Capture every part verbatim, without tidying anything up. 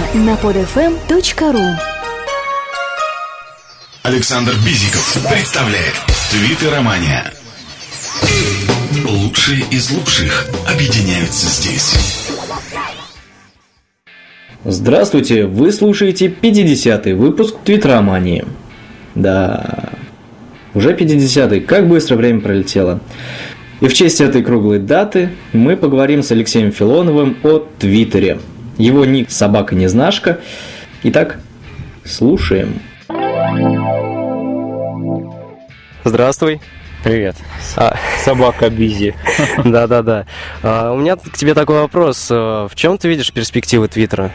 на под эф эм точка ру. Александр Бизиков представляет Твиттеромания. Лучшие из лучших объединяются здесь. Здравствуйте, вы слушаете пятидесятый выпуск Твиттеромании. Да, уже пятидесятый, как быстро время пролетело. И в честь этой круглой даты мы поговорим с Алексеем Филоновым о Твиттере. Его ник собака-незнашка. Итак, слушаем. Здравствуй. Привет. А... Собака Бизи. Да-да-да. А, у меня к тебе такой вопрос. В чем ты видишь перспективы Твиттера?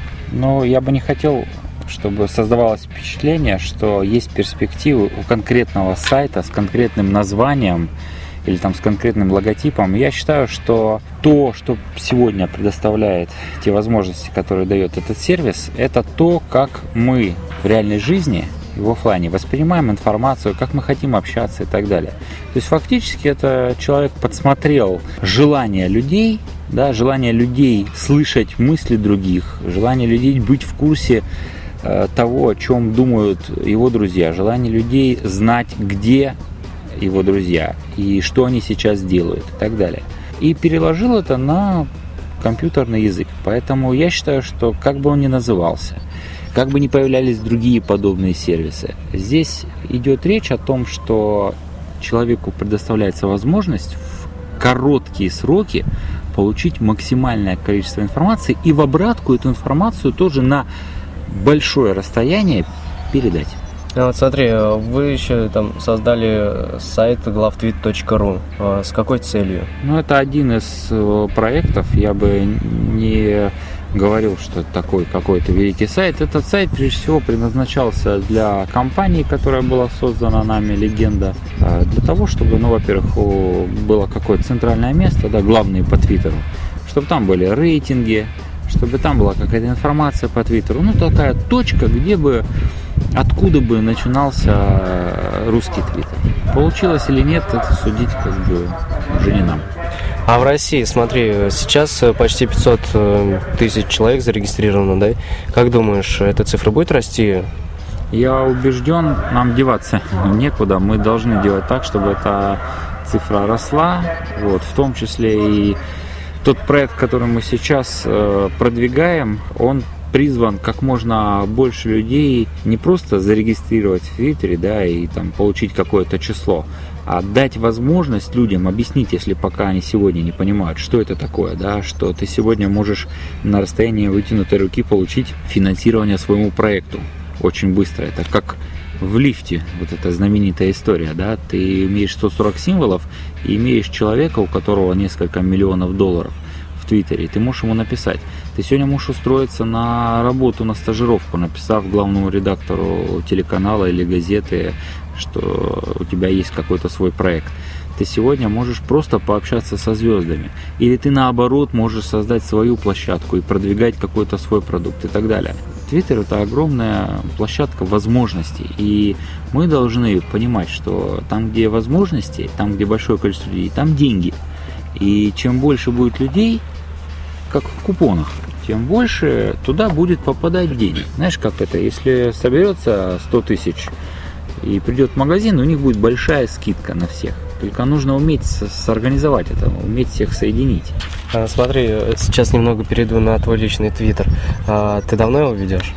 Ну, я бы не хотел, чтобы создавалось впечатление, что есть перспективы у конкретного сайта с конкретным названием или там с конкретным логотипом. Я считаю, что то, что сегодня предоставляет те возможности, которые дает этот сервис, это то, как мы в реальной жизни и в офлайне воспринимаем информацию, как мы хотим общаться и так далее. То есть фактически это человек подсмотрел желание людей, да, желание людей слышать мысли других, желание людей быть в курсе э, того, о чем думают его друзья, желание людей знать, где его друзья и что они сейчас делают и так далее. И переложил это на компьютерный язык. Поэтому я считаю, что как бы он ни назывался, как бы ни появлялись другие подобные сервисы, здесь идет речь о том, что человеку предоставляется возможность в короткие сроки получить максимальное количество информации и в обратку эту информацию тоже на большое расстояние передать. Вот смотри, вы еще там создали сайт главтвит точка ру. С какой целью? Ну, это один из проектов. Я бы не говорил, что это такой какой-то великий сайт. Этот сайт, прежде всего, предназначался для компании, которая была создана нами, Легенда, для того, чтобы, ну, во-первых, было какое-то центральное место, да, главное по Твиттеру, чтобы там были рейтинги, чтобы там была какая-то информация по Твиттеру, ну, такая точка, где бы, откуда бы начинался русский Твиттер. Получилось или нет, это судить как бы уже не нам. А в России, смотри, сейчас почти пятьсот тысяч человек зарегистрировано, да? Как думаешь, эта цифра будет расти? Я убежден, нам деваться некуда. Мы должны делать так, чтобы эта цифра росла, вот, в том числе и тот проект, который мы сейчас э, продвигаем, он призван как можно больше людей не просто зарегистрировать в Твиттере, да, и там получить какое-то число, а дать возможность людям объяснить, если пока они сегодня не понимают, что это такое, да, что ты сегодня можешь на расстоянии вытянутой руки получить финансирование своему проекту очень быстро. Это как в лифте, вот эта знаменитая история, да, ты имеешь сто сорок символов и имеешь человека, у которого несколько миллионов долларов в Твиттере, и ты можешь ему написать. Ты сегодня можешь устроиться на работу, на стажировку, написав главному редактору телеканала или газеты, что у тебя есть какой-то свой проект. Ты сегодня можешь просто пообщаться со звездами. Или ты наоборот можешь создать свою площадку и продвигать какой-то свой продукт и так далее. Твиттер — это огромная площадка возможностей. И мы должны понимать, что там, где возможности, там, где большое количество людей, там деньги. И чем больше будет людей, как в купонах, тем больше туда будет попадать денег. Знаешь, как это? Если соберется сто тысяч и придет в магазин, у них будет большая скидка на всех. Только нужно уметь сорганизовать это, уметь всех соединить. А, смотри, сейчас немного перейду на твой личный Твиттер. А, ты давно его ведешь?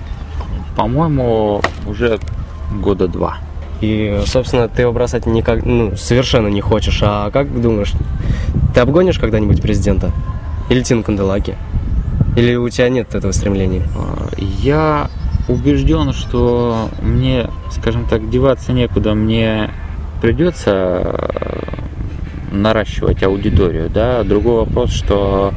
По-моему, уже года два. И, собственно, ты его бросать никак, ну, совершенно не хочешь. А как думаешь, ты обгонишь когда-нибудь президента? Или Тину Канделаки? Или у тебя нет этого стремления? Я убежден, что мне, скажем так, деваться некуда. Мне придется наращивать аудиторию, да. Другой вопрос, что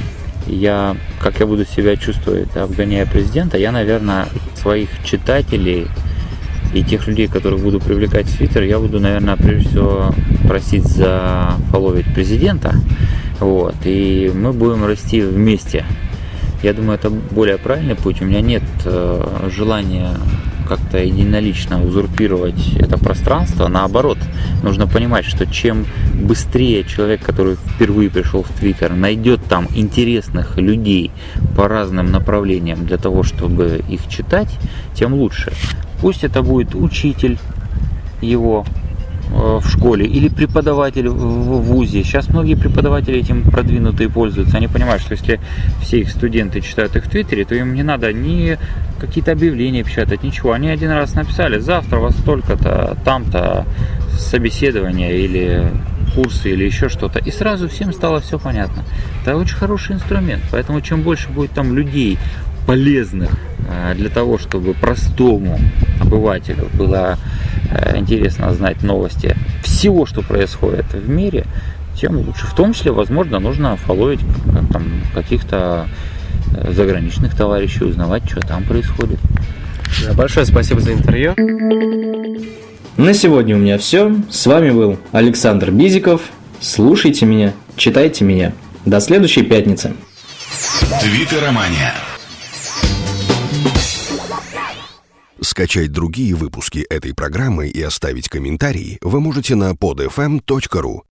я, как я буду себя чувствовать, обгоняя президента, я, наверное, своих читателей и тех людей, которых буду привлекать в Твиттер, я буду, наверное, прежде всего просить зафоловить президента, вот, и мы будем расти вместе. Я думаю, это более правильный путь. У меня нет э, желания как-то единолично узурпировать это пространство. Наоборот, Нужно понимать, что чем быстрее человек, который впервые пришел в Твиттер, найдет там интересных людей по разным направлениям для того, чтобы их читать, тем лучше. Пусть это будет учитель его в школе или преподаватель в вузе. Сейчас многие преподаватели этим продвинутые пользуются. Они понимают, что если все их студенты читают их в Твиттере, то им не надо ни какие-то объявления печатать, ничего. Они один раз написали: завтра во столько-то, там-то собеседование или курсы или еще что-то. И сразу всем стало все понятно. Это очень хороший инструмент. Поэтому чем больше будет там людей полезных для того, чтобы простому обывателю было интересно знать новости всего, что происходит в мире, тем лучше. В том числе, возможно, нужно фолловить там каких-то заграничных товарищей, узнавать, что там происходит. Большое спасибо за интервью. На сегодня у меня все. С вами был Александр Бизиков. Слушайте меня, читайте меня. До следующей пятницы. Твиттеромания. Скачать другие выпуски этой программы и оставить комментарии вы можете на под эф эм точка ру.